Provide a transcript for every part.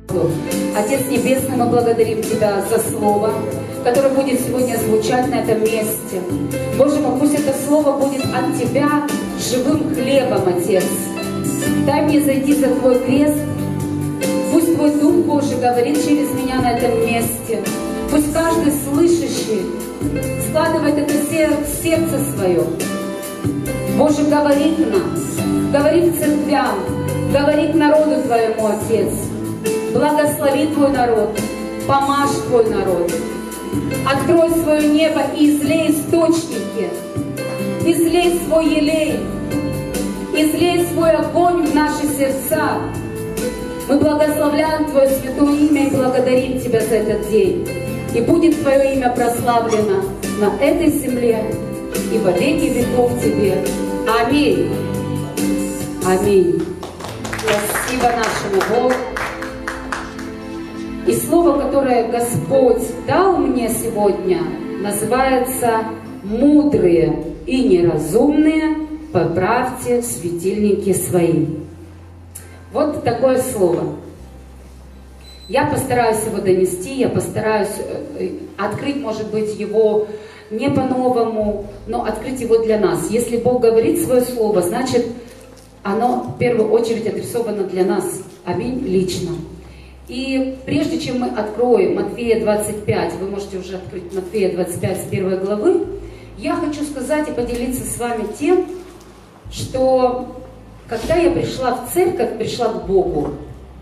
Отец Небесный, мы благодарим Тебя за Слово, которое будет сегодня звучать на этом месте. Боже мой, пусть это Слово будет от Тебя живым хлебом, Отец. Дай мне зайти за Твой крест. Пусть Твой Дух Божий говорит через меня на этом месте. Пусть каждый слышащий складывает это в сердце свое. Боже, говори к нам, говори к церквям, говори к народу Твоему, Отец. Благослови Твой народ, помажь Твой народ. Открой свое небо и излей источники, излей свой елей, излей свой огонь в наши сердца. Мы благословляем Твое святое имя и благодарим Тебя за этот день. И будет Твое имя прославлено на этой земле и во веки веков Тебе. Аминь. Аминь. Спасибо нашему Богу. И слово, которое Господь дал мне сегодня, называется «Мудрые и неразумные, поправьте светильники свои». Вот такое слово. Я постараюсь его донести, я постараюсь открыть, может быть, его не по-новому, но открыть его для нас. Если Бог говорит свое слово, значит, оно в первую очередь адресовано для нас. Аминь, лично. И прежде чем мы откроем Матфея 25, вы можете уже открыть Матфея 25 с 1 главы, я хочу сказать и поделиться с вами тем, что когда я пришла в церковь, пришла к Богу,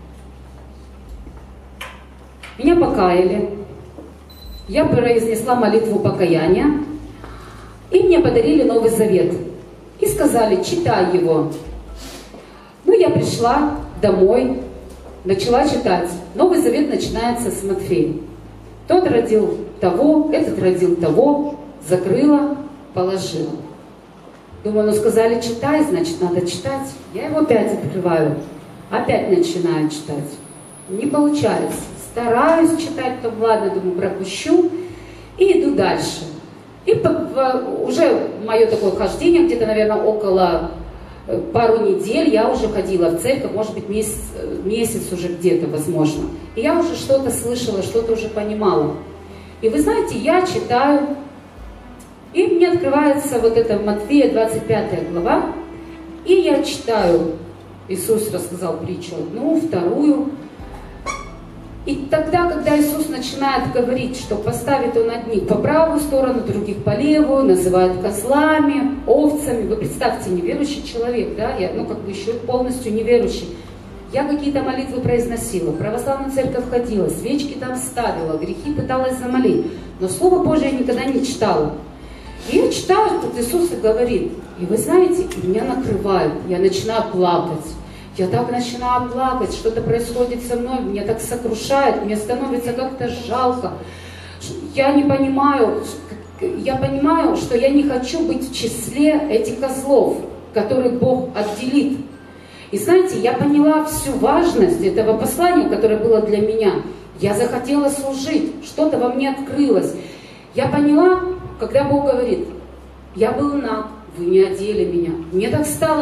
меня покаяли, я произнесла молитву покаяния, и мне подарили Новый Завет. И сказали, читай его. Ну, я пришла домой, начала читать. Новый Завет начинается с Матфея. Тот родил того, этот родил того, закрыла, положила. Думаю, ну сказали, читай, значит, надо читать. Я его опять открываю, опять начинаю читать. Не получается. Стараюсь читать, то ладно, думаю, пропущу. И иду дальше. И уже мое такое хождение, где-то, наверное, около пару недель я уже ходила в церковь, может быть, месяц уже где-то, возможно. И я уже что-то слышала, что-то уже понимала. И вы знаете, я читаю, и мне открывается вот эта Матфея 25 глава, и я читаю, Иисус рассказал притчу одну, вторую. И тогда, когда Иисус начинает говорить, что поставит Он одних по правую сторону, других по левую, называют козлами, овцами. Вы представьте, неверующий человек, да, я, как бы еще полностью неверующий. Я какие-то молитвы произносила, в православную церковь ходила, свечки там ставила, грехи пыталась замолить. Но Слово Божие я никогда не читала. И я читаю, тут Иисус и говорит, и вы знаете, меня накрывает, я начинаю плакать. Я так начинаю плакать, что-то происходит со мной, меня так сокрушает, мне становится как-то жалко. Я не понимаю, я понимаю, что я не хочу быть в числе этих козлов, которых Бог отделит. И знаете, я поняла всю важность этого послания, которое было для меня. Я захотела служить, что-то во мне открылось. Я поняла, когда Бог говорит, я был наг, вы не одели меня. Мне так стало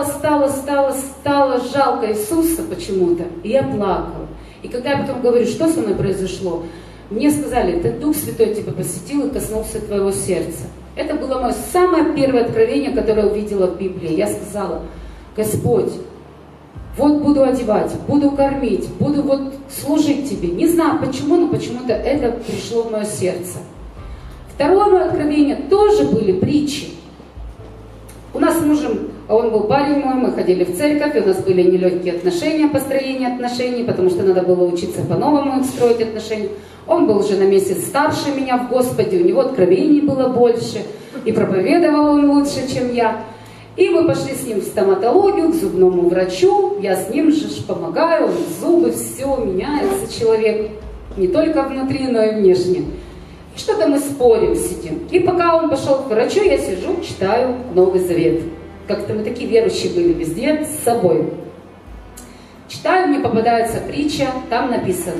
жалко Иисуса почему-то. И я плакала. И когда я потом говорю, что со мной произошло, мне сказали, это Дух Святой тебя посетил и коснулся твоего сердца. Это было мое самое первое откровение, которое я увидела в Библии. Я сказала, Господь, вот буду одевать, буду кормить, буду вот служить тебе. Не знаю почему, но почему-то это пришло в мое сердце. Второе мое откровение тоже были притчи. У нас с мужем, он был парень мой, мы ходили в церковь, у нас были нелегкие отношения, построение отношений, потому что надо было учиться по-новому строить отношения. Он был уже на месяц старше меня в Господе, у него откровений было больше, и проповедовал он лучше, чем я. И мы пошли с ним в стоматологию, к зубному врачу, я с ним же помогаю, зубы, все, меняется человек, не только внутри, но и внешне. Что-то мы спорим, сидим. И пока он пошел к врачу, я сижу, читаю Новый Завет. Как-то мы такие верующие были везде с собой. Читаю, мне попадается притча, там написано.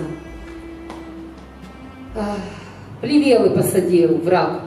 Плевелы посадил враг,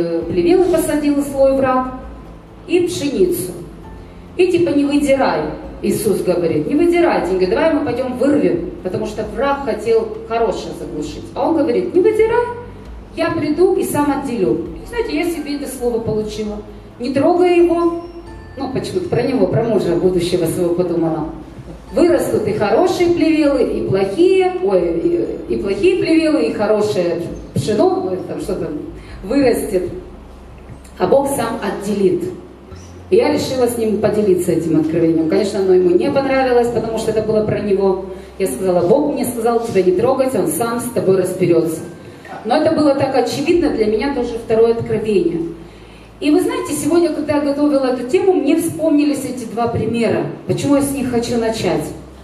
плевелы посадил злой враг и пшеницу. И типа не выдирай. Иисус говорит, не выдирайте. Он говорит, давай мы пойдем вырвем, потому что враг хотел хорошее заглушить. А он говорит, не выдирай, я приду и сам отделю. И, знаете, я себе это слово получила. Не трогая его, ну почему-то про него, про мужа будущего своего подумала. Вырастут и хорошие плевелы, и плохие, и плохие плевелы, и хорошее пшено, там что-то вырастет. А Бог сам отделит. И я решила с ним поделиться этим откровением. Конечно, оно ему не понравилось, потому что это было про него. Я сказала, Бог мне сказал тебя не трогать, он сам с тобой разберется. Но это было так очевидно, для меня тоже второе откровение. И вы знаете, сегодня, когда я готовила эту тему, мне вспомнились эти два примера. Почему я с них хочу начать?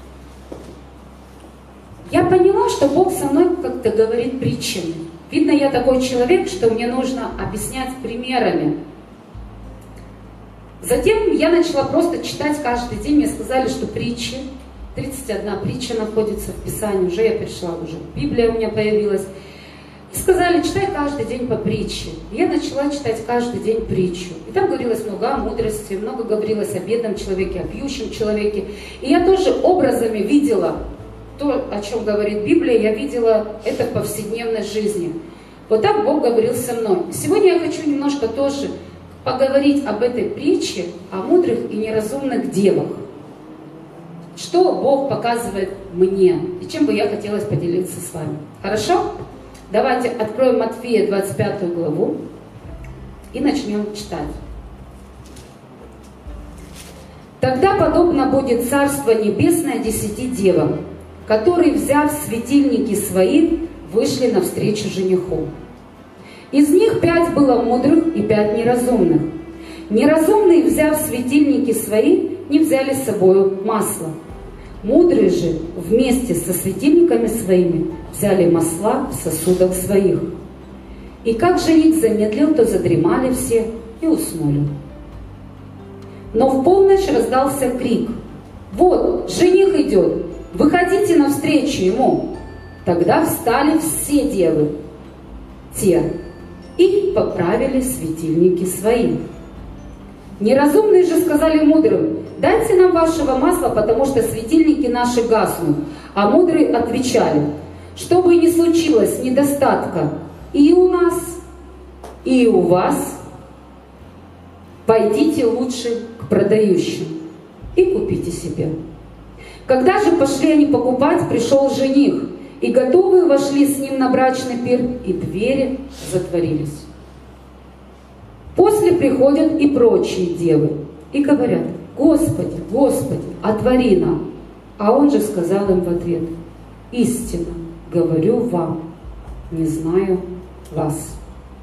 Я поняла, что Бог со мной как-то говорит притчами. Видно, я такой человек, что мне нужно объяснять примерами. Затем я начала просто читать каждый день. Мне сказали, что притчи, 31 притча находится в Писании. Уже я перешла, уже Библия у меня появилась. И сказали, читай каждый день по притче. И я начала читать каждый день притчу. И там говорилось много о мудрости, много говорилось о бедном человеке, о пьющем человеке. И я тоже образами видела то, о чем говорит Библия, я видела это в повседневной жизни. Вот так Бог говорил со мной. Сегодня я хочу немножко тоже поговорить об этой притче, о мудрых и неразумных девах. Что Бог показывает мне, и чем бы я хотела поделиться с вами. Хорошо? Давайте откроем Матфея 25 главу и начнем читать. «Тогда подобно будет Царство Небесное 10 девам, которые, взяв светильники свои, вышли навстречу жениху. Из них 5 было мудрых и 5 неразумных. Неразумные, взяв светильники свои, не взяли с собой масло. Мудрые же вместе со светильниками своими взяли масла в сосудах своих. И как жених замедлил, то задремали все и уснули. Но в полночь раздался крик: «Вот, жених идет! Выходите навстречу ему!» Тогда встали все девы, те, и поправили светильники свои. Неразумные же сказали мудрым: «Дайте нам вашего масла, потому что светильники наши гаснут». А мудрые отвечали: «Что бы ни случилось недостатка и у нас, и у вас, пойдите лучше к продающим и купите себе». Когда же пошли они покупать, пришел жених, и готовые вошли с ним на брачный пир, и двери затворились. После приходят и прочие девы, и говорят: «Господи, Господи, отвори нам». А он же сказал им в ответ: «Истинно говорю вам, не знаю вас.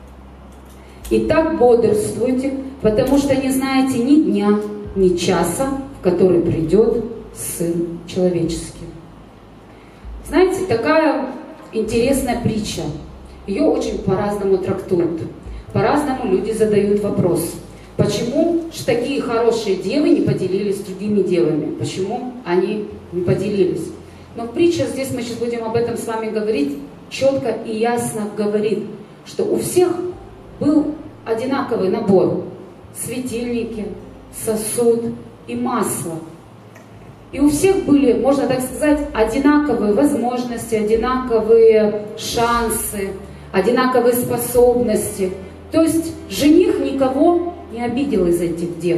Итак, бодрствуйте, потому что не знаете ни дня, ни часа, в который придет Сын Человеческий». Знаете, такая интересная притча. Ее очень по-разному трактуют. По-разному люди задают вопрос. Почему же такие хорошие девы не поделились с другими девами? Почему они не поделились? Но притча, здесь мы сейчас будем об этом с вами говорить, четко и ясно говорит, что у всех был одинаковый набор: светильники, сосуд и масло. И у всех были, можно так сказать, одинаковые возможности, одинаковые шансы, одинаковые способности. То есть жених никого не обидел из этих дев.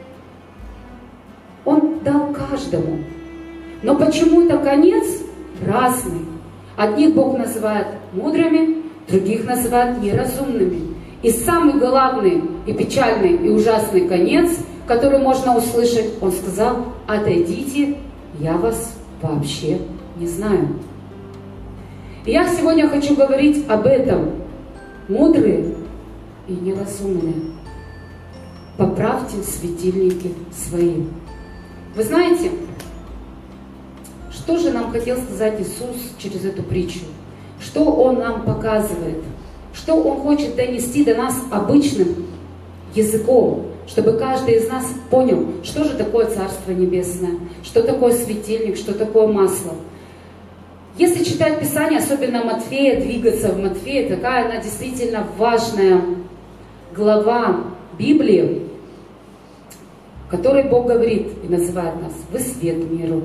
Он дал каждому. Но почему-то конец разный. Одних Бог называет мудрыми, других называет неразумными. И самый главный и печальный и ужасный конец, который можно услышать, он сказал: «Отойдите, я вас вообще не знаю». И я сегодня хочу говорить об этом. Мудрые и неразумные, поправьте светильники свои. Вы знаете, что же нам хотел сказать Иисус через эту притчу? Что Он нам показывает? Что Он хочет донести до нас обычным языком, чтобы каждый из нас понял, что же такое Царство Небесное, что такое светильник, что такое масло. Если читать Писание, особенно Матфея, двигаться в Матфея, такая она действительно важная глава Библии. в которой Бог говорит и называет нас: вы свет миру.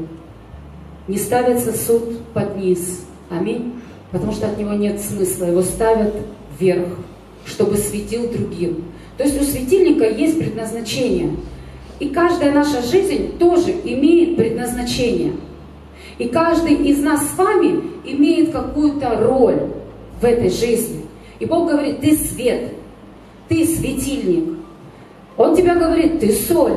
Не ставится суд под низ. Аминь. Потому что от него нет смысла. Его ставят вверх, чтобы светил другим. То есть у светильника есть предназначение. И каждая наша жизнь тоже имеет предназначение. И каждый из нас с вами имеет какую-то роль в этой жизни. И Бог говорит: ты свет, ты светильник. Он тебе говорит: ты соль,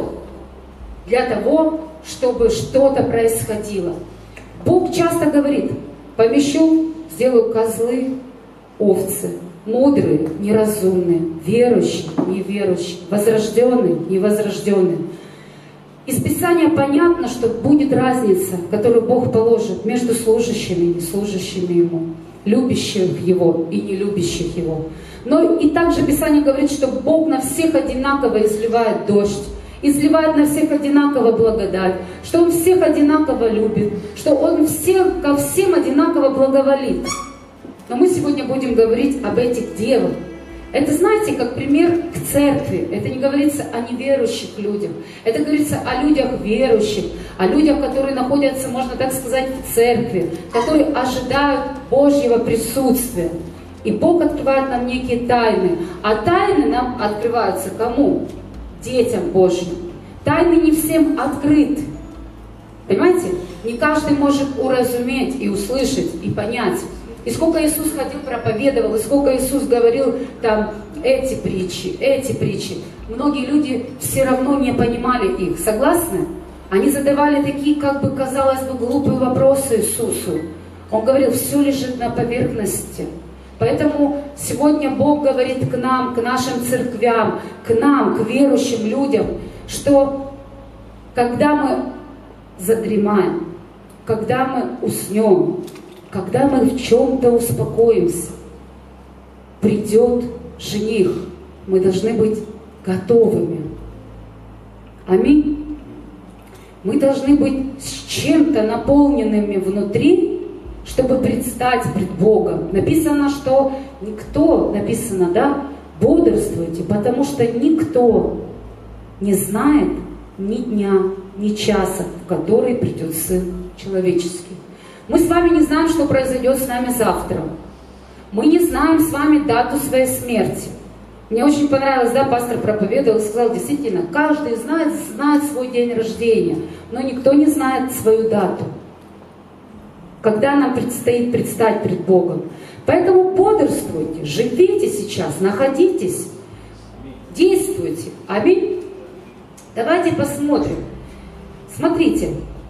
для того, чтобы что-то происходило. Бог часто говорит: помещу, сделаю козлы, овцы, мудрые, неразумные, верующие, неверующие, возрожденные, невозрожденные. Из Писания понятно, что будет разница, которую Бог положит между служащими и неслужащими Ему, любящих Его и нелюбящих Его. Но и также Писание говорит, что Бог на всех одинаково изливает дождь, изливает на всех одинаково благодать, что Он всех одинаково любит, что Он ко всем одинаково благоволит. Но мы сегодня будем говорить об этих девах. Это, знаете, как пример к церкви. Это не говорится о неверующих людях. Это говорится о людях верующих, о людях, которые находятся, можно так сказать, в церкви, которые ожидают Божьего присутствия. И Бог открывает нам некие тайны. А тайны нам открываются кому? Детям Божьим. Тайны не всем открыты. Понимаете? Не каждый может уразуметь и услышать, и понять. И сколько Иисус ходил, проповедовал, и сколько Иисус говорил там эти притчи. Многие люди все равно не понимали их. Согласны? Они задавали такие, как бы, казалось бы, глупые вопросы Иисусу. Он говорил: все лежит на поверхности. Поэтому сегодня Бог говорит к нам, к нашим церквям, к нам, к верующим людям, что когда мы задремаем, когда мы уснем, когда мы в чем-то успокоимся, придет жених, мы должны быть готовыми. Аминь. Мы должны быть с чем-то наполненными внутри, чтобы предстать пред Богом. Написано, что никто, написано, да, бодрствуйте, потому что никто не знает ни дня, ни часа, в который придет Сын Человеческий. Мы с вами не знаем, что произойдет с нами завтра. Мы не знаем с вами дату своей смерти. Мне очень понравилось, да, пастор проповедовал и сказал: действительно, каждый знает свой день рождения, но никто не знает свою дату, когда нам предстоит предстать пред Богом. Поэтому бодрствуйте, живите сейчас, находитесь, действуйте. Аминь. Давайте посмотрим. Смотрите.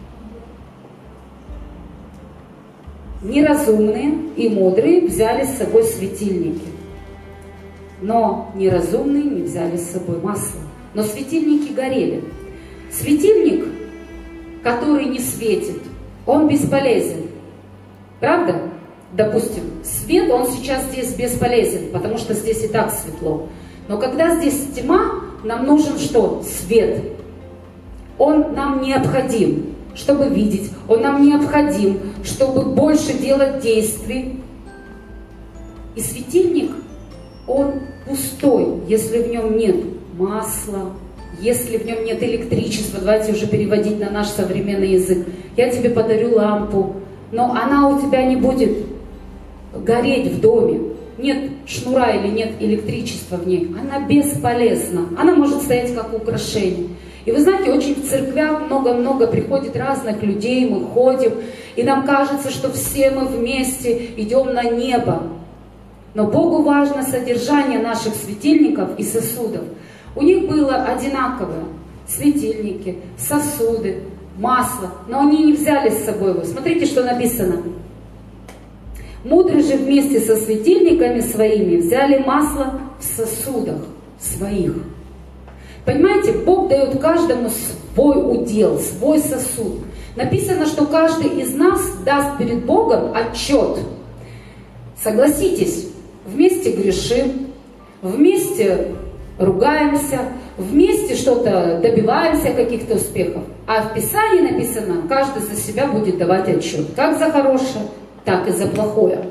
Неразумные и мудрые взяли с собой светильники, но неразумные не взяли с собой масло. Но светильники горели. Светильник, который не светит, он бесполезен. Правда? Допустим, свет, он сейчас здесь бесполезен, потому что здесь и так светло. Но когда здесь тьма, нам нужен что? Свет. Он нам необходим, чтобы видеть. Он нам необходим, чтобы больше делать действий. И светильник, он пустой, если в нем нет масла, если в нем нет электричества. Давайте уже переводить на наш современный язык. Я тебе подарю лампу, но она у тебя не будет гореть в доме. Нет шнура или нет электричества в ней. Она бесполезна. Она может стоять как украшение. И вы знаете, очень в церквях много-много приходит разных людей, мы ходим, и нам кажется, что все мы вместе идем на небо. Но Богу важно содержание наших светильников и сосудов. У них было одинаковое: светильники, сосуды, масло, но они не взяли с собой его. Смотрите, что написано. Мудрые же вместе со светильниками своими взяли масло в сосудах своих. Понимаете, Бог дает каждому свой удел, свой сосуд. Написано, что каждый из нас даст перед Богом отчет. Согласитесь, вместе грешим, вместе ругаемся, вместе что-то добиваемся, каких-то успехов. А в Писании написано, каждый за себя будет давать отчет. Как за хорошее, так и за плохое.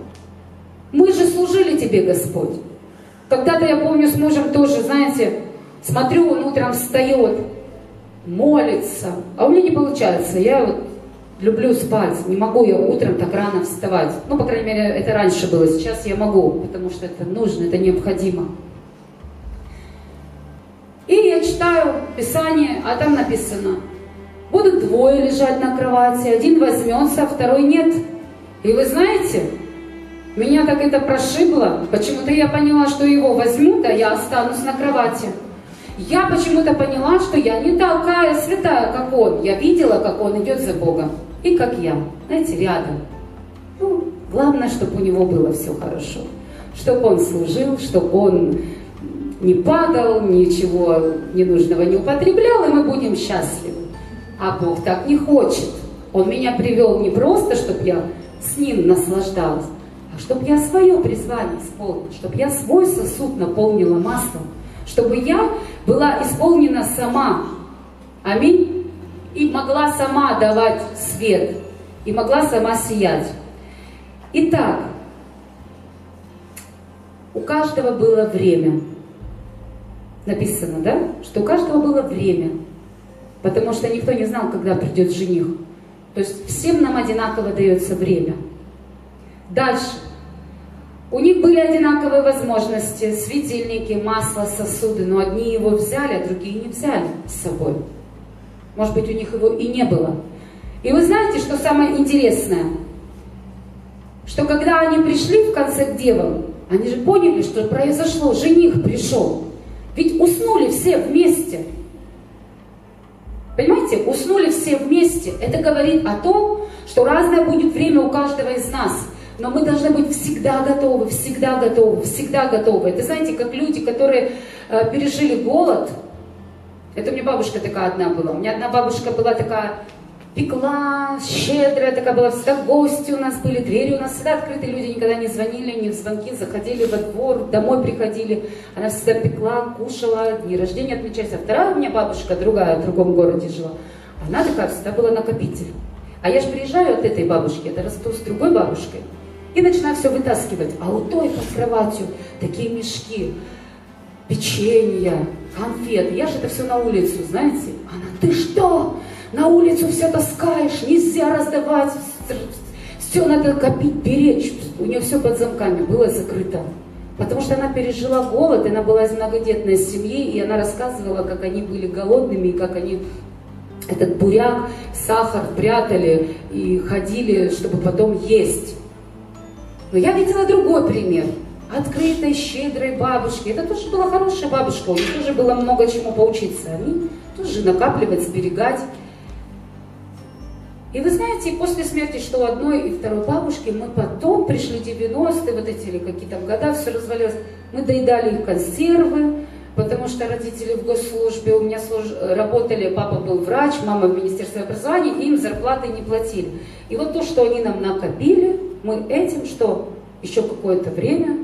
Мы же служили Тебе, Господь. Когда-то, я помню, с мужем тоже, знаете, Смотрю, он утром встает, молится. А у меня не получается. Я вот люблю спать. Не могу я утром так рано вставать. Ну, по крайней мере, это раньше было. Сейчас я могу, потому что это нужно, это необходимо. И я читаю Писание, а там написано: будут двое лежать на кровати, один возьмется, а второй нет. И вы знаете, меня так это прошибло. Почему-то я поняла, что его возьмут, а я останусь на кровати. Я почему-то поняла, что я не такая святая, как он. Я видела, как он идет за Богом. И как я. Знаете, рядом. Ну, главное, чтобы у него было все хорошо. Чтобы он служил, чтобы он не падал, ничего ненужного не употреблял, и мы будем счастливы. А Бог так не хочет. Он меня привел не просто, чтобы я с ним наслаждалась, а чтобы я свое призвание исполнила, чтобы я свой сосуд наполнила маслом, чтобы я была исполнена сама. Аминь. И могла сама давать свет, и могла сама сиять. Итак, у каждого было время. Написано, да? Что у каждого было время. Потому что никто не знал, когда придет жених. То есть всем нам одинаково дается время. Дальше. У них были одинаковые возможности. Светильники, масло, сосуды. Но одни его взяли, а другие не взяли с собой. Может быть, у них его и не было. И вы знаете, что самое интересное? Что когда они пришли в конце к девам, они же поняли, что произошло. Жених пришел. Ведь уснули все вместе. Понимаете, уснули все вместе. Это говорит о том, что разное будет время у каждого из нас. Но мы должны быть всегда готовы, всегда готовы, всегда готовы. Это знаете, как люди, которые пережили голод. Это у меня бабушка такая одна была. У меня одна бабушка была такая, пекла, щедрая такая была. Всегда гости у нас были, двери у нас всегда открыты. Люди никогда не звонили, не в звонки, заходили во двор, домой приходили. Она всегда пекла, кушала, дни рождения отмечались. А вторая у меня бабушка, другая, в другом городе жила. Она такая всегда была накопитель. А я же приезжаю от этой бабушки, это расту с другой бабушкой. И начинаю все вытаскивать. А у той под кроватью такие мешки, печенья, конфеты. Я же это все на улицу, знаете. Она: ты что? На улицу все таскаешь, нельзя раздавать. Все надо копить, беречь. У нее все под замками было закрыто. Потому что она пережила голод, она была из многодетной семьи, и она рассказывала, как они были голодными, и как они этот буряк, сахар прятали и ходили, чтобы потом есть. Но я видела другой пример. Открытой, щедрой бабушки. Это тоже была хорошая бабушка. У них тоже было много чему поучиться. Они тоже накапливать, сберегать. И вы знаете, после смерти что у одной и второй бабушки, мы потом пришли 90-е, вот эти или какие-то года, все развалилось. Мы доедали их консервы, потому что родители в госслужбе у меня работали, папа был врач, мама в Министерстве образования, и им зарплаты не платили. И вот то, что они нам накопили, мы этим, что еще какое-то время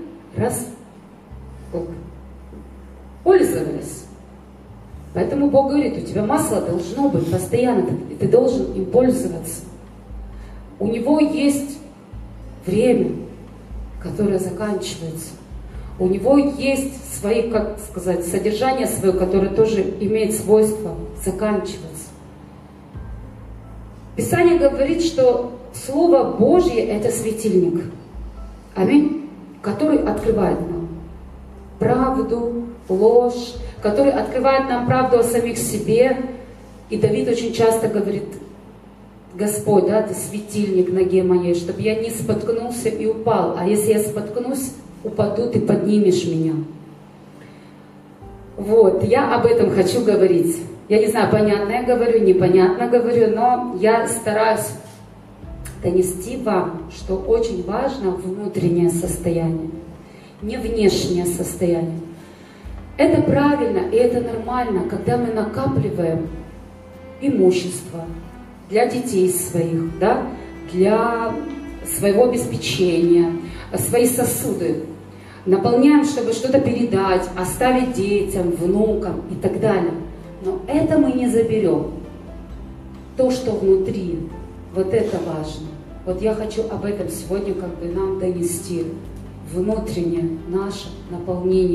пользовались. Поэтому Бог говорит: у тебя масло должно быть постоянно, ты должен им пользоваться. У него есть время, которое заканчивается. У него есть свои, как сказать, содержание свое, которое тоже имеет свойство заканчиваться. Писание говорит, что Слово Божье – это светильник. Аминь. Который открывает нам правду, ложь, который открывает нам правду о самих себе. И Давид очень часто говорит: Господь, да, ты светильник ноге моей, чтобы я не споткнулся и упал. А если я споткнусь, упаду, ты поднимешь меня. Вот, я об этом хочу говорить. Я не знаю, понятно я говорю, непонятно говорю, но я стараюсь донести вам, что очень важно внутреннее состояние, не внешнее состояние. Это правильно и это нормально, когда мы накапливаем имущество для детей своих, да, для своего обеспечения, свои сосуды. Наполняем, чтобы что-то передать, оставить детям, внукам и так далее. Но это мы не заберем. То, что внутри, вот это важно. Вот я хочу об этом сегодня как бы нам донести. Внутреннее наше наполнение.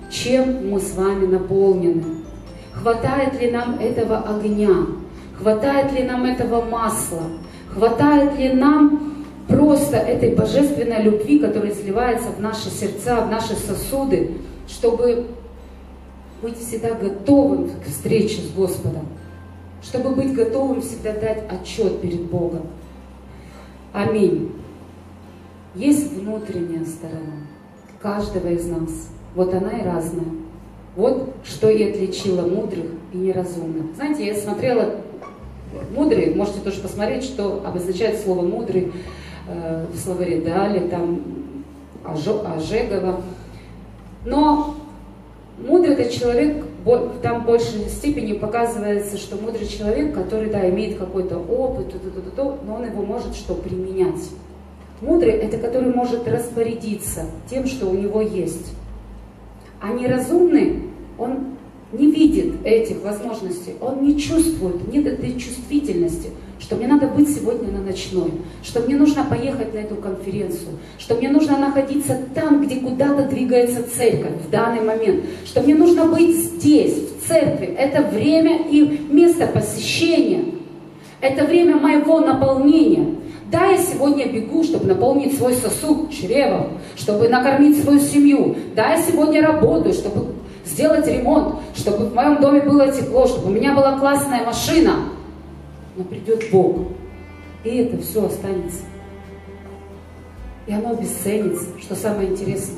чем мы с вами наполнены. Хватает ли нам этого огня? Хватает ли нам этого масла? Хватает ли нам просто этой божественной любви, которая изливается в наши сердца, в наши сосуды, чтобы быть всегда готовым к встрече с Господом, чтобы быть готовым всегда дать отчет перед Богом. Аминь. Есть внутренняя сторона каждого из нас. Вот она и разная. Вот что и отличило мудрых и неразумных. Знаете, я смотрела мудрый, можете тоже посмотреть, что обозначает слово мудрый в словаре Дали, там Ожегова. Но мудрый это человек, там в большей степени показывается, что мудрый человек, который, да, имеет какой-то опыт, но он его может что применять. Мудрый это который может распорядиться тем, что у него есть. А неразумный, он не видит этих возможностей, он не чувствует, нет этой чувствительности, что мне надо быть сегодня на ночной, что мне нужно поехать на эту конференцию, что мне нужно находиться там, где куда-то двигается церковь в данный момент, что мне нужно быть здесь, в церкви. Это время и место посещения, это время моего наполнения. Да, я сегодня бегу, чтобы наполнить свой сосуд чревом, чтобы накормить свою семью. Да, я сегодня работаю, чтобы сделать ремонт, чтобы в моем доме было тепло, чтобы у меня была классная машина. Но придет Бог, и это все останется. И оно обесценится, что самое интересное.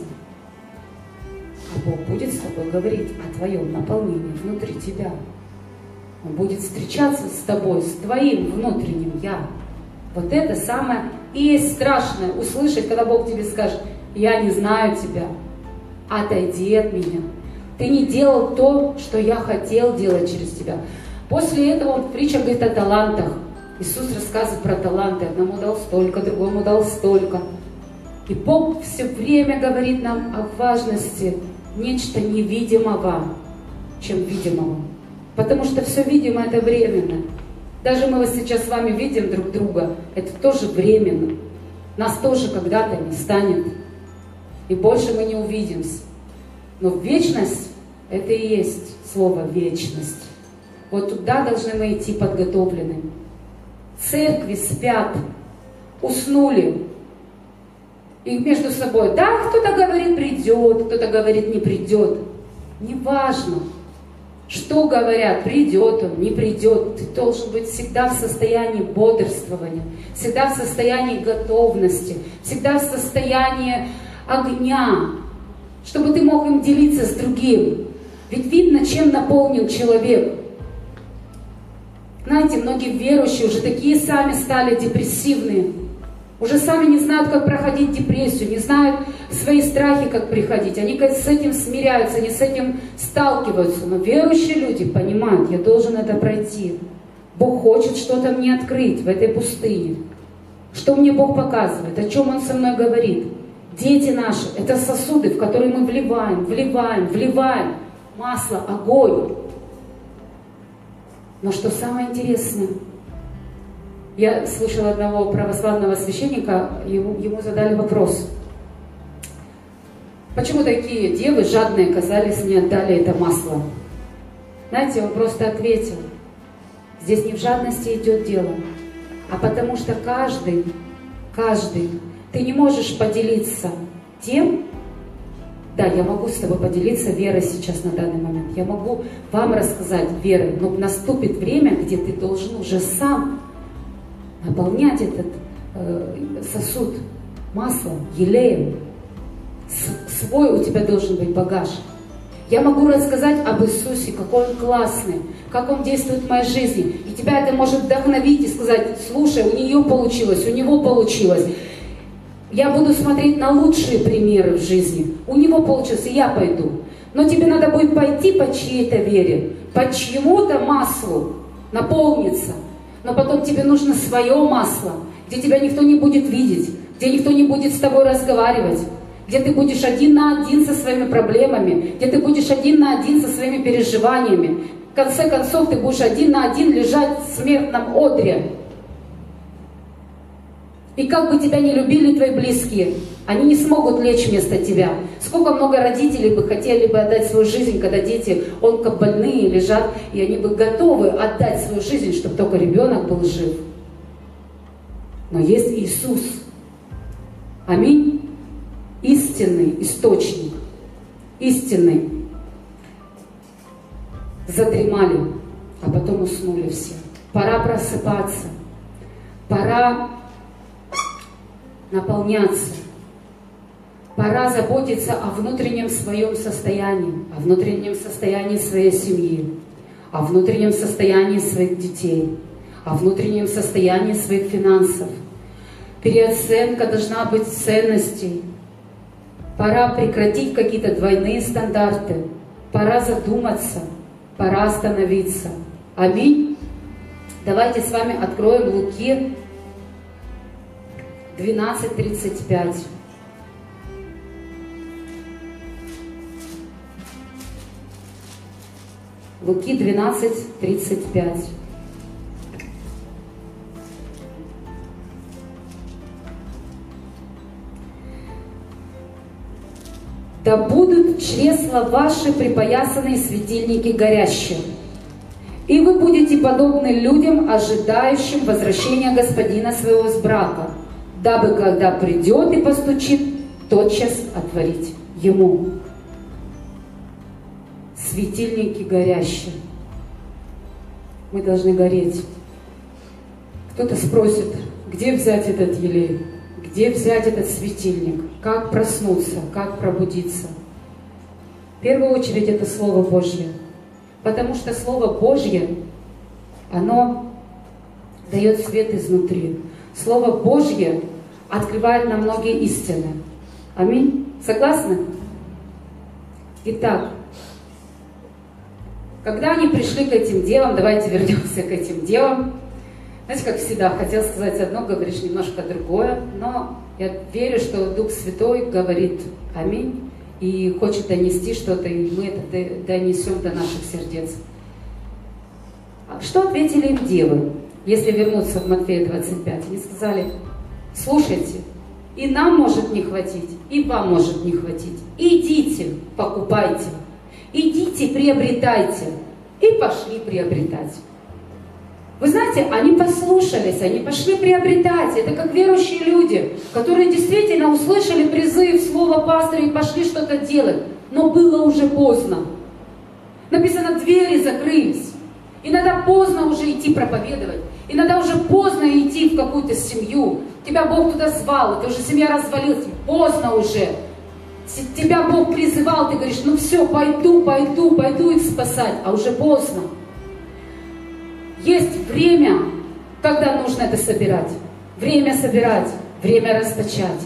А Бог будет с тобой говорить о твоем наполнении внутри тебя. Он будет встречаться с тобой, с твоим внутренним «я». Вот это самое и есть страшное услышать, когда Бог тебе скажет: я не знаю тебя, отойди от меня. Ты не делал то, что я хотел делать через тебя. После этого он в притчах говорит о талантах. Иисус рассказывает про таланты. Одному дал столько, другому дал столько. И Бог все время говорит нам о важности нечто невидимого, чем видимого. Потому что все видимое это временно. Даже мы вот сейчас с вами видим друг друга, это тоже временно. Нас тоже когда-то не станет. И больше мы не увидимся. Но вечность, это и есть слово вечность. Вот туда должны мы идти подготовленными. Церкви спят, уснули. И между собой, да, кто-то говорит придет, кто-то говорит не придет. Неважно. Что говорят, придет он, не придет. Ты должен быть всегда в состоянии бодрствования, всегда в состоянии готовности, всегда в состоянии огня, чтобы ты мог им делиться с другим. Ведь видно, чем наполнен человек. Знаете, многие верующие уже такие сами стали депрессивные. Уже сами не знают, как проходить депрессию, не знают свои страхи, как приходить. Они с этим смиряются, они с этим сталкиваются. Но верующие люди понимают, я должен это пройти. Бог хочет что-то мне открыть в этой пустыне. Что мне Бог показывает, о чем Он со мной говорит. Дети наши — это сосуды, в которые мы вливаем масло, огонь. Но что самое интересное, я слышала одного православного священника, ему задали вопрос. Почему такие девы жадные оказались, не отдали это масло? Знаете, он просто ответил. Здесь не в жадности идет дело, а потому что каждый, ты не можешь поделиться тем. Да, я могу с тобой поделиться верой сейчас на данный момент. Я могу вам рассказать верой, но наступит время, где ты должен уже сам наполнять этот сосуд маслом, елеем. Свой у тебя должен быть багаж. Я могу рассказать об Иисусе, какой Он классный, как Он действует в моей жизни. И тебя это может вдохновить и сказать: слушай, у нее получилось, у него получилось. Я буду смотреть на лучшие примеры в жизни. У него получилось, и я пойду. Но тебе надо будет пойти по чьей-то вере, по чьему-то маслу наполниться. Но потом тебе нужно свое масло, где тебя никто не будет видеть, где никто не будет с тобой разговаривать, где ты будешь один на один со своими проблемами, где ты будешь один на один со своими переживаниями. В конце концов, ты будешь один на один лежать в смертном одре. И как бы тебя не любили твои близкие, Они не смогут лечь вместо тебя. Сколько много родителей бы хотели бы отдать свою жизнь, когда дети онкобольные лежат, и они бы готовы отдать свою жизнь, чтобы только ребенок был жив. Но есть Иисус. Аминь. Истинный источник. Истинный. Задремали, а потом уснули все. Пора просыпаться. Пора наполняться. Пора заботиться о внутреннем своем состоянии, о внутреннем состоянии своей семьи, о внутреннем состоянии своих детей, о внутреннем состоянии своих финансов. Переоценка должна быть ценностей. Пора прекратить какие-то двойные стандарты. Пора задуматься, пора остановиться. Аминь. Давайте с вами откроем Луки 12:35. Луки 12:35. Да будут чресла ваши припоясанные светильники горящие, и вы будете подобны людям, ожидающим возвращения господина своего с брака, дабы, когда придет и постучит, тотчас отворить ему. Светильники горящие. Мы должны гореть. Кто-то спросит, где взять этот елей? Где взять этот светильник? Как проснуться? Как пробудиться? В первую очередь это Слово Божье. Потому что Слово Божье, оно дает свет изнутри. Слово Божье открывает нам многие истины. Аминь. Согласны? Итак, когда они пришли к этим делам, давайте вернемся к этим делам. Знаете, как всегда, хотел сказать одно, говоришь немножко другое, но я верю, что Дух Святой говорит аминь и хочет донести что-то, и мы это донесем до наших сердец. Что ответили им девы, если вернуться в Матфея 25? Они сказали: слушайте, и нам может не хватить, и вам может не хватить. Идите, покупайте, идите, приобретайте. И пошли приобретать. Вы знаете, они послушались, они пошли приобретать. Это как верующие люди, которые действительно услышали призыв, слово пастыря и пошли что-то делать. Но было уже поздно. Написано, двери закрылись. Иногда поздно уже идти проповедовать. Иногда уже поздно идти в какую-то семью. Тебя Бог туда звал, это уже семья развалилась. Поздно уже. Тебя Бог призывал, ты говоришь, ну все, пойду их спасать. А уже поздно. Есть время, когда нужно это собирать. Время собирать, время расточать.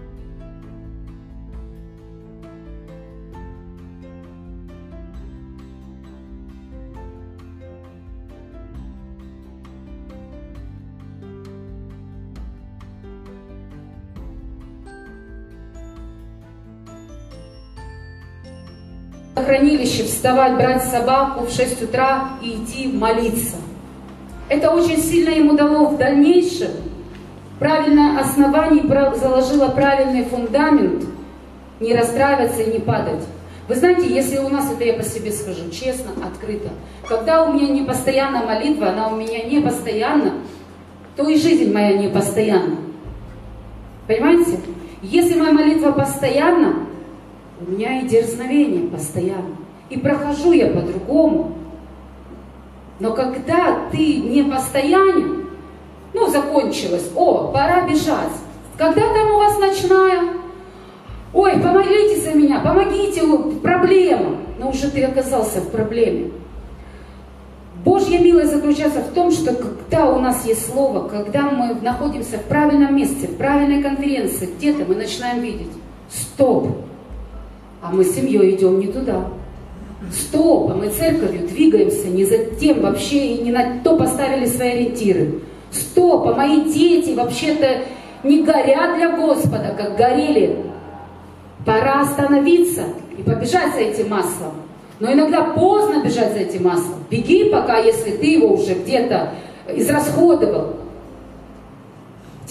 В хранилище вставать, брать собаку в 6 утра и идти молиться. Это очень сильно ему дало в дальнейшем правильное основание, заложило правильный фундамент, не расстраиваться и не падать. Вы знаете, если у нас, это я по себе скажу, честно, открыто, когда у меня не постоянная молитва, она у меня не постоянна, то и жизнь моя не постоянна. Понимаете? Если моя молитва постоянна, у меня и дерзновение постоянно. И прохожу я по-другому. Но когда ты не постоянен, ну, закончилось, пора бежать. Когда там у вас ночная? Ой, помолитесь за меня, помогите, проблема. Но уже ты оказался в проблеме. Божья милость заключается в том, что когда у нас есть слово, когда мы находимся в правильном месте, в правильной конференции, где-то мы начинаем видеть, стоп, а мы с семьей идем не туда. Стоп, а мы церковью двигаемся не за тем вообще, и не на то поставили свои ориентиры. Стоп, а мои дети вообще-то не горят для Господа, как горели. Пора остановиться и побежать за этим маслом. Но иногда поздно бежать за этим маслом. Беги пока, если ты его уже где-то израсходовал.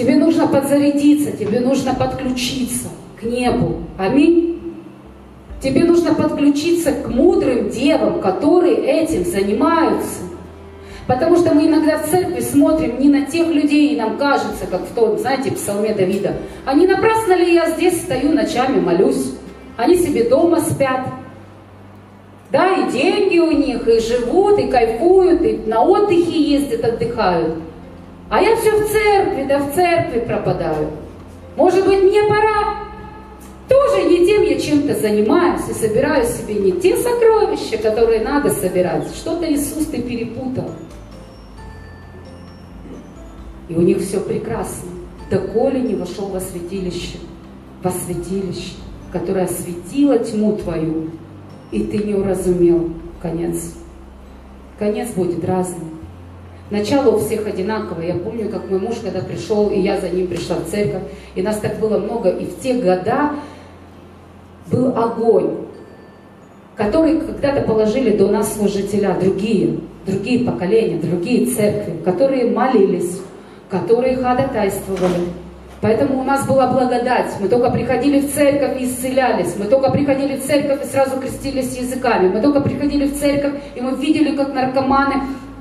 Тебе нужно подзарядиться, тебе нужно подключиться к небу. Аминь. Тебе нужно подключиться к мудрым девам, которые этим занимаются. Потому что мы иногда в церкви смотрим не на тех людей, и нам кажется, как в том, знаете, псалме Давида. А не напрасно ли я здесь стою ночами, молюсь? Они себе дома спят. Да, и деньги у них, и живут, и кайфуют, и на отдыхе ездят, отдыхают. А я все в церкви, да в церкви пропадаю. Может быть, мне пора? Тоже не тем я чем-то занимаюсь и собираю себе не те сокровища, которые надо собирать. Что-то Иисус ты перепутал. И у них все прекрасно. Доколе не вошел во святилище, которое осветило тьму твою, и ты не уразумел конец. Конец будет разный. Начало у всех одинаковое. Я помню, как мой муж, когда пришел, и я за ним пришла в церковь, и нас так было много, и в те года был огонь, который когда-то положили до нас служителя, другие поколения, другие церкви, которые молились, которые ходатайствовали. Поэтому у нас была благодать. Мы только приходили в церковь и исцелялись. Мы только приходили в церковь и сразу крестились языками. Мы только приходили в церковь, и мы видели, как наркоманы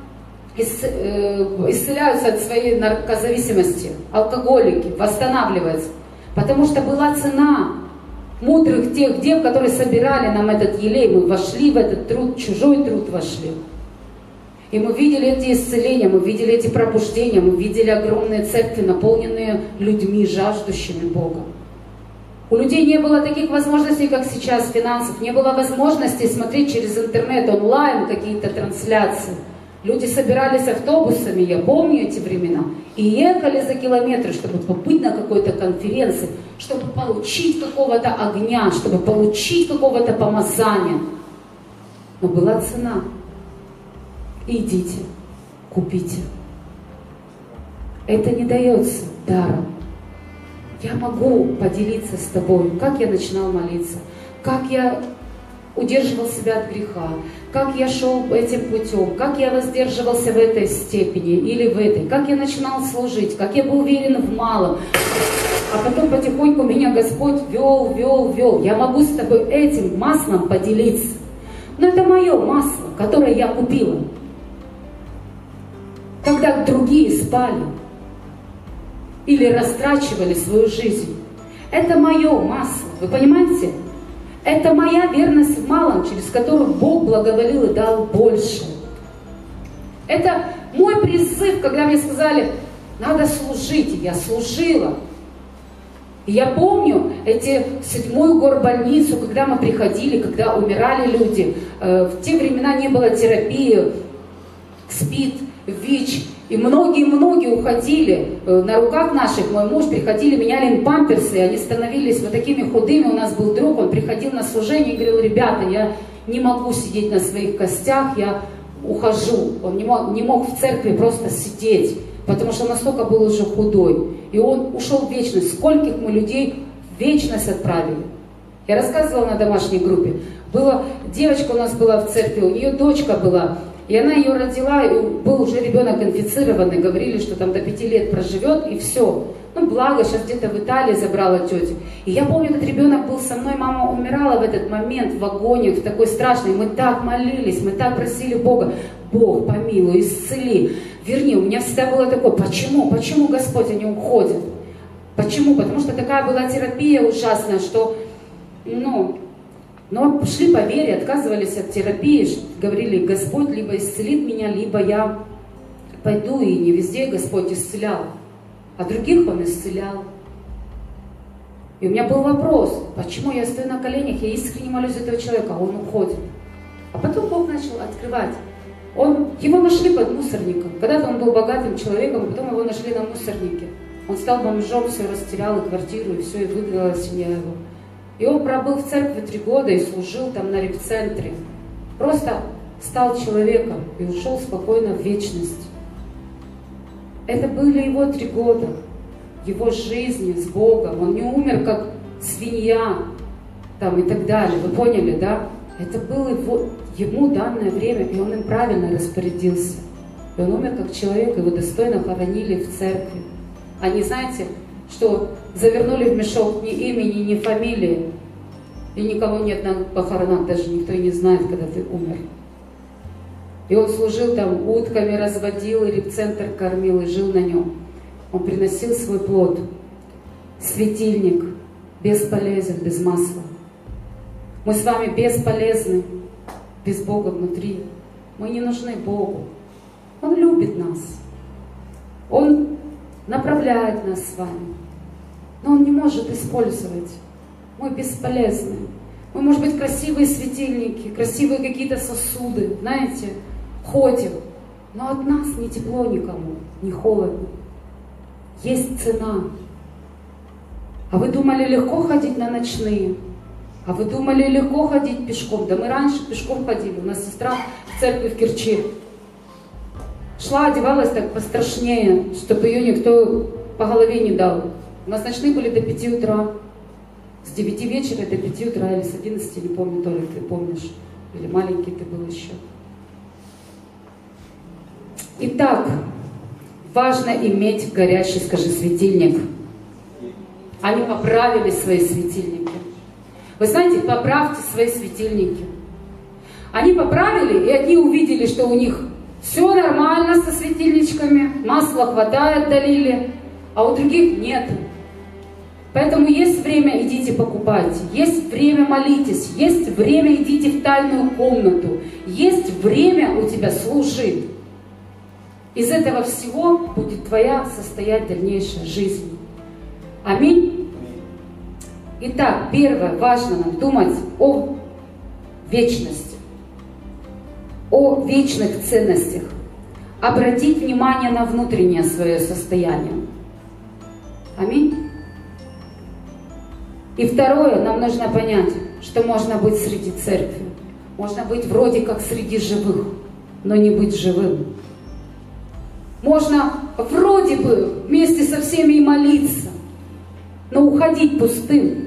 исцеляются от своей наркозависимости, алкоголики, восстанавливаются. Потому что была цена мудрых тех дев, которые собирали нам этот елей. Мы вошли в этот труд, чужой труд вошли. И мы видели эти исцеления, мы видели эти пробуждения, мы видели огромные церкви, наполненные людьми, жаждущими Бога. У людей не было таких возможностей, как сейчас, финансов, не было возможности смотреть через интернет, онлайн какие-то трансляции. Люди собирались автобусами, я помню эти времена, и ехали за километры, чтобы побыть на какой-то конференции, чтобы получить какого-то огня, чтобы получить какого-то помазания. Но была цена. Идите, купите. Это не дается даром. Я могу поделиться с тобой, как я начинал молиться, как я удерживал себя от греха, как я шел этим путем, как я воздерживался в этой степени или в этой, как я начинал служить, как я был уверен в малом. А потом потихоньку меня Господь вел. Я могу с тобой этим маслом поделиться. Но это мое масло, которое я купила. Когда другие спали или растрачивали свою жизнь. Это мое масло, вы понимаете? Это моя верность в малом, через которую Бог благоволил и дал больше. Это мой призыв, когда мне сказали, надо служить, и я служила. И я помню эти 7-ю горбольницу, когда мы приходили, когда умирали люди. В те времена не было терапии, СПИД, ВИЧ. И многие уходили на руках наших. Мой муж приходили, меняли им памперсы, и они становились вот такими худыми. У нас был друг, он приходил на служение и говорил, ребята, я не могу сидеть на своих костях, я ухожу. Он не мог в церкви просто сидеть, потому что настолько был уже худой. И он ушел в вечность. Скольких мы людей в вечность отправили? Я рассказывала на домашней группе. Девочка у нас была в церкви, у нее дочка была. И она ее родила, и был уже ребенок инфицированный, говорили, что там до 5 лет проживет, и все. Ну, благо, сейчас где-то в Италии забрала тетю. И я помню, этот ребенок был со мной, мама умирала в этот момент в агонии, в такой страшной. Мы так молились, мы так просили Бога, Бог, помилуй, исцели. Верни, у меня всегда было такое, почему Господь, они уходят? Почему? Потому что такая была терапия ужасная, что, но шли по вере, отказывались от терапии, говорили, Господь либо исцелит меня, либо я пойду, и не везде Господь исцелял, а других Он исцелял. И у меня был вопрос, почему я стою на коленях, я искренне молюсь за этого человека, а он уходит. А потом Бог начал открывать. Его нашли под мусорником. Когда-то он был богатым человеком, а потом его нашли на мусорнике. Он стал бомжом, все растерял, и квартиру, и все, и выгнала семья его. И он пробыл в церкви 3 года и служил там на репцентре. Просто стал человеком и ушел спокойно в вечность. Это были его 3 года, его жизни с Богом. Он не умер как свинья там, и так далее. Вы поняли, да? Это было ему данное время, и он им правильно распорядился. И он умер как человек, его достойно хоронили в церкви. Они, знаете, что завернули в мешок ни имени, ни фамилии. И никого нет на похоронах, даже никто и не знает, когда ты умер. И он служил там, утками разводил, и репцентр кормил, и жил на нем. Он приносил свой плод. Светильник бесполезен без масла. Мы с вами бесполезны без Бога внутри. Мы не нужны Богу. Он любит нас. Он направляет нас с вами. Но Он не может использовать. Мы бесполезны. Мы, может быть, красивые светильники, красивые какие-то сосуды, знаете, ходим. Но от нас ни тепло никому, ни холодно. Есть цена. А вы думали, легко ходить на ночные? А вы думали, легко ходить пешком? Да мы раньше пешком ходили. У нас сестра в церкви в Керчи шла, одевалась так пострашнее, чтобы ее никто по голове не дал. У нас ночные были до 5 утра. С 9 вечера до 5 утра или с 11, не помню, то ли ты помнишь. Или маленький ты был еще. Итак, важно иметь горящий, скажи, светильник. Они поправили свои светильники. Вы знаете, поправьте свои светильники. Они поправили, и одни увидели, что у них все нормально со светильничками, масла хватает, долили, а у других нет. Поэтому есть время, идите покупайте, есть время, молитесь, есть время, идите в тайную комнату, есть время у тебя, служи. Из этого всего будет твоя состоять дальнейшая жизнь. Аминь. Итак, первое, важно нам думать о вечности, о вечных ценностях, обратить внимание на внутреннее свое состояние. Аминь. И второе, нам нужно понять, что можно быть среди церкви, можно быть вроде как среди живых, но не быть живым. Можно вроде бы вместе со всеми и молиться, но уходить пустым,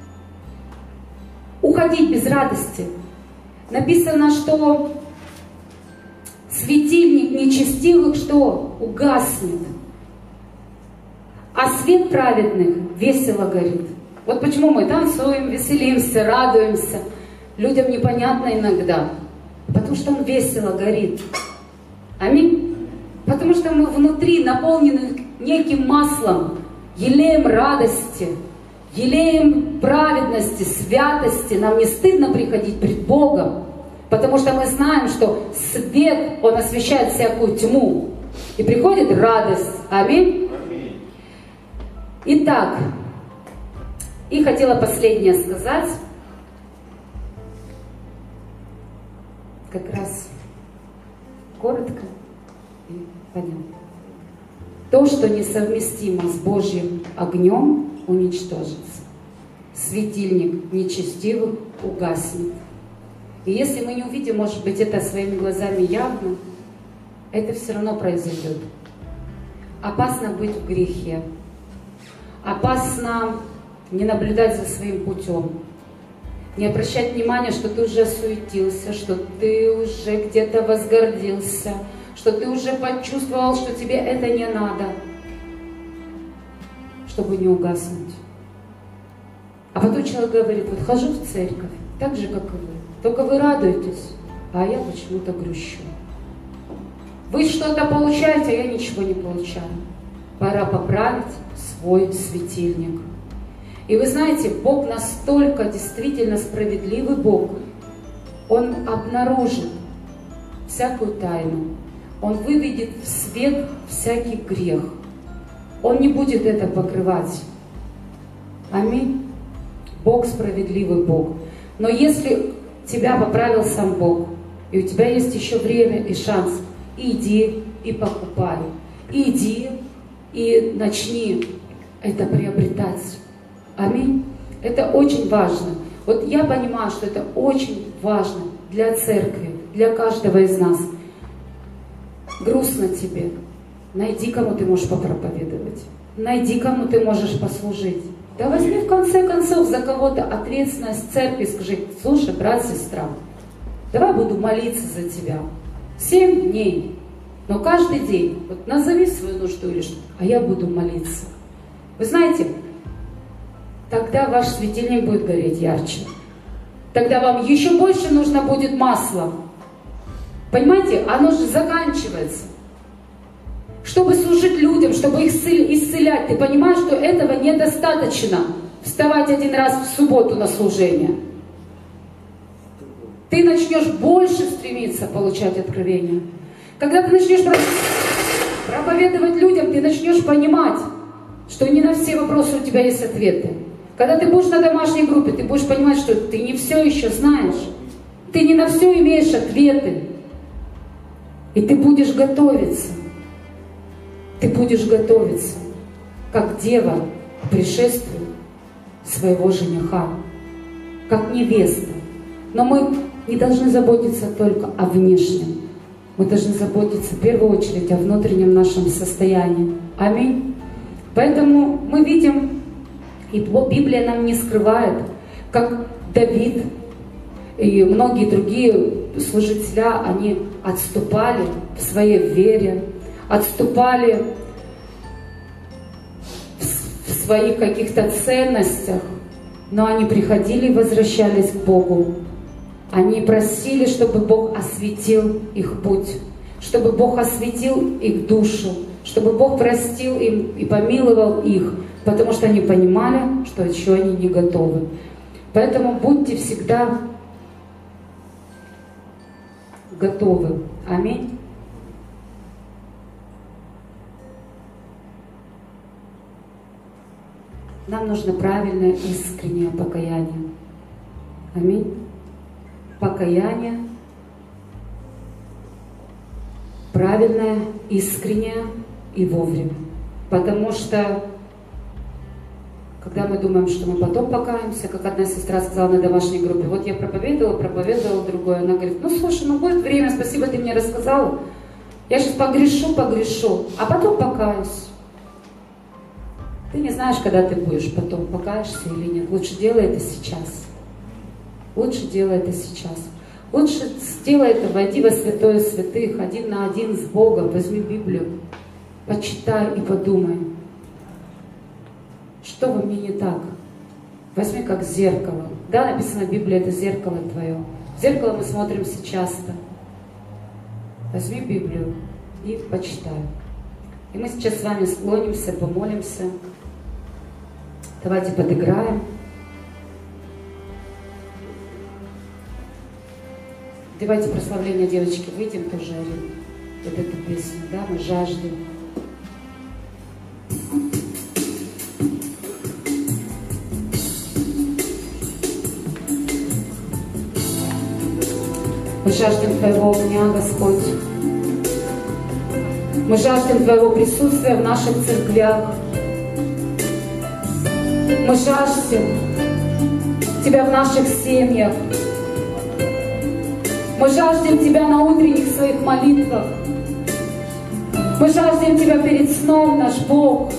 уходить без радости. Написано, что светильник нечестивых что? Угаснет, а свет праведных весело горит. Вот почему мы танцуем, веселимся, радуемся. Людям непонятно иногда, потому что он весело горит. Аминь. Потому что мы внутри наполнены неким маслом, елеем радости, елеем праведности, святости. Нам не стыдно приходить пред Богом, потому что мы знаем, что свет, он освещает всякую тьму. И приходит радость. Аминь. Итак, и хотела последнее сказать, как раз коротко и понятно. То, что несовместимо с Божьим огнем, уничтожится. Светильник нечестивых угаснет. И если мы не увидим, может быть, это своими глазами явно, это все равно произойдет. Опасно быть в грехе. Опасно не наблюдать за своим путем. Не обращать внимания, что ты уже суетился, что ты уже где-то возгордился, что ты уже почувствовал, что тебе это не надо, чтобы не угаснуть. А потом человек говорит, вот хожу в церковь, так же, как и вы. Только вы радуетесь, а я почему-то грущу. Вы что-то получаете, а я ничего не получаю. Пора поправить свой светильник. И вы знаете, Бог настолько действительно справедливый Бог. Он обнаружит всякую тайну. Он выведет в свет всякий грех. Он не будет это покрывать. Аминь. Бог справедливый Бог. Но если тебя поправил сам Бог, и у тебя есть еще время и шанс, иди и покупай. Иди и начни это приобретать. Аминь. Это очень важно. Вот я понимаю, что это очень важно для церкви, для каждого из нас. Грустно тебе. Найди, кому ты можешь попроповедовать. Найди, кому ты можешь послужить. Да возьми в конце концов за кого-то ответственность в церкви, скажи, слушай, брат, сестра, давай буду молиться за тебя 7 дней. Но каждый день, вот назови свою нужду или что-то, а я буду молиться. Вы знаете, тогда ваш светильник будет гореть ярче. Тогда вам еще больше нужно будет масла. Понимаете, оно же заканчивается. Чтобы служить людям, чтобы их исцелять, ты понимаешь, что этого недостаточно. Вставать один раз в субботу на служение. Ты начнешь больше стремиться получать откровения. Когда ты начнешь проповедовать людям, ты начнешь понимать, что не на все вопросы у тебя есть ответы. Когда ты будешь на домашней группе, ты будешь понимать, что ты не все еще знаешь. Ты не на все имеешь ответы. И ты будешь готовиться. Ты будешь готовиться, как дева к пришествию своего жениха, как невеста. Но мы не должны заботиться только о внешнем. Мы должны заботиться в первую очередь о внутреннем нашем состоянии. Аминь. Поэтому мы видим, и Библия нам не скрывает, как Давид и многие другие служителя, они отступали в своей вере, отступали в своих каких-то ценностях, но они приходили и возвращались к Богу. Они просили, чтобы Бог осветил их путь, чтобы Бог осветил их душу, чтобы Бог простил им и помиловал их, потому что они понимали, что еще они не готовы. Поэтому будьте всегда готовы. Аминь. Нам нужно правильное, искреннее покаяние. Аминь. Покаяние, правильное, искреннее и вовремя. Потому что, когда мы думаем, что мы потом покаемся, как одна сестра сказала на домашней группе, вот я проповедовала другое, она говорит, ну слушай, ну будет время, спасибо, ты мне рассказала, я сейчас погрешу, а потом покаюсь. Ты не знаешь, когда ты будешь потом, покаешься или нет. Лучше делай это сейчас. Лучше делай это сейчас. Лучше сделай это, войди во святое святых, один на один с Богом, возьми Библию, почитай и подумай, что во мне не так. Возьми как зеркало. Да, написано в Библии, это зеркало твое. В зеркало мы смотримся часто. Возьми Библию и почитай. И мы сейчас с вами склонимся, помолимся. Давайте подыграем. Давайте прославление, девочки, выйдем тоже вот эту песню, да, мы жаждем. Мы жаждем Твоего огня, Господь. Мы жаждем Твоего присутствия в наших церквях. Мы жаждем Тебя в наших семьях. Мы жаждем Тебя на утренних своих молитвах. Мы жаждем Тебя перед сном, наш Бог.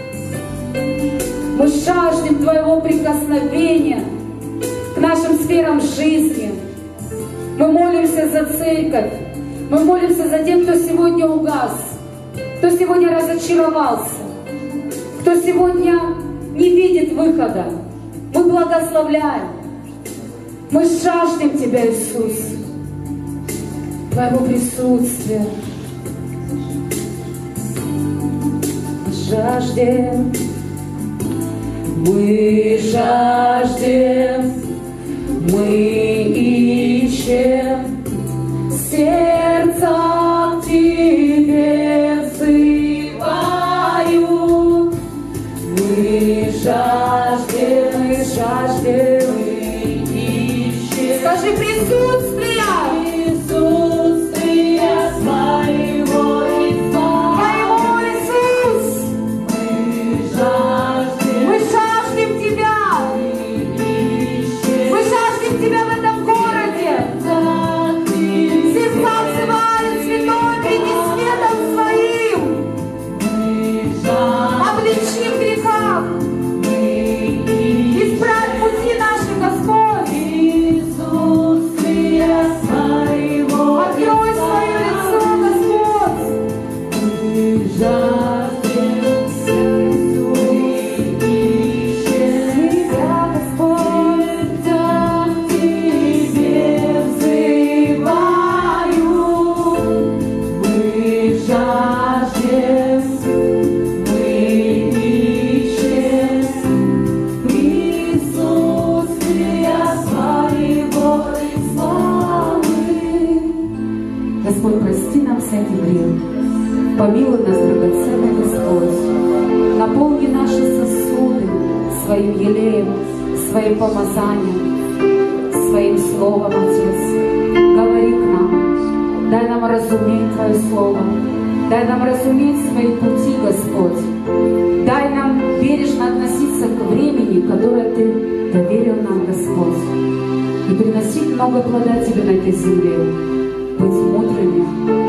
Мы жаждем Твоего прикосновения к нашим сферам жизни. Мы молимся за церковь. Мы молимся за тех, кто сегодня угас, кто сегодня разочаровался, кто сегодня не видит выхода. Мы благословляем. Мы жаждем Тебя, Иисус. Твоего присутствия. Жаждем, мы жаждем, мы ищем, сердца к Тебе взывают. Мы жаждем, мы ищем. Скажи присутствие. Тебя в этом городе. Господь, прости нам всякий грех. Помилуй нас, драгоценный Господь. Наполни наши сосуды своим елеем, своим помазанием, своим словом, Отец. Говори к нам. Дай нам разуметь Твое Слово. Дай нам разуметь свои пути, Господь. Дай нам бережно относиться к времени, которое Ты доверил нам, Господь. И приносить много плода Тебе на этой земле. Быть мудрыми,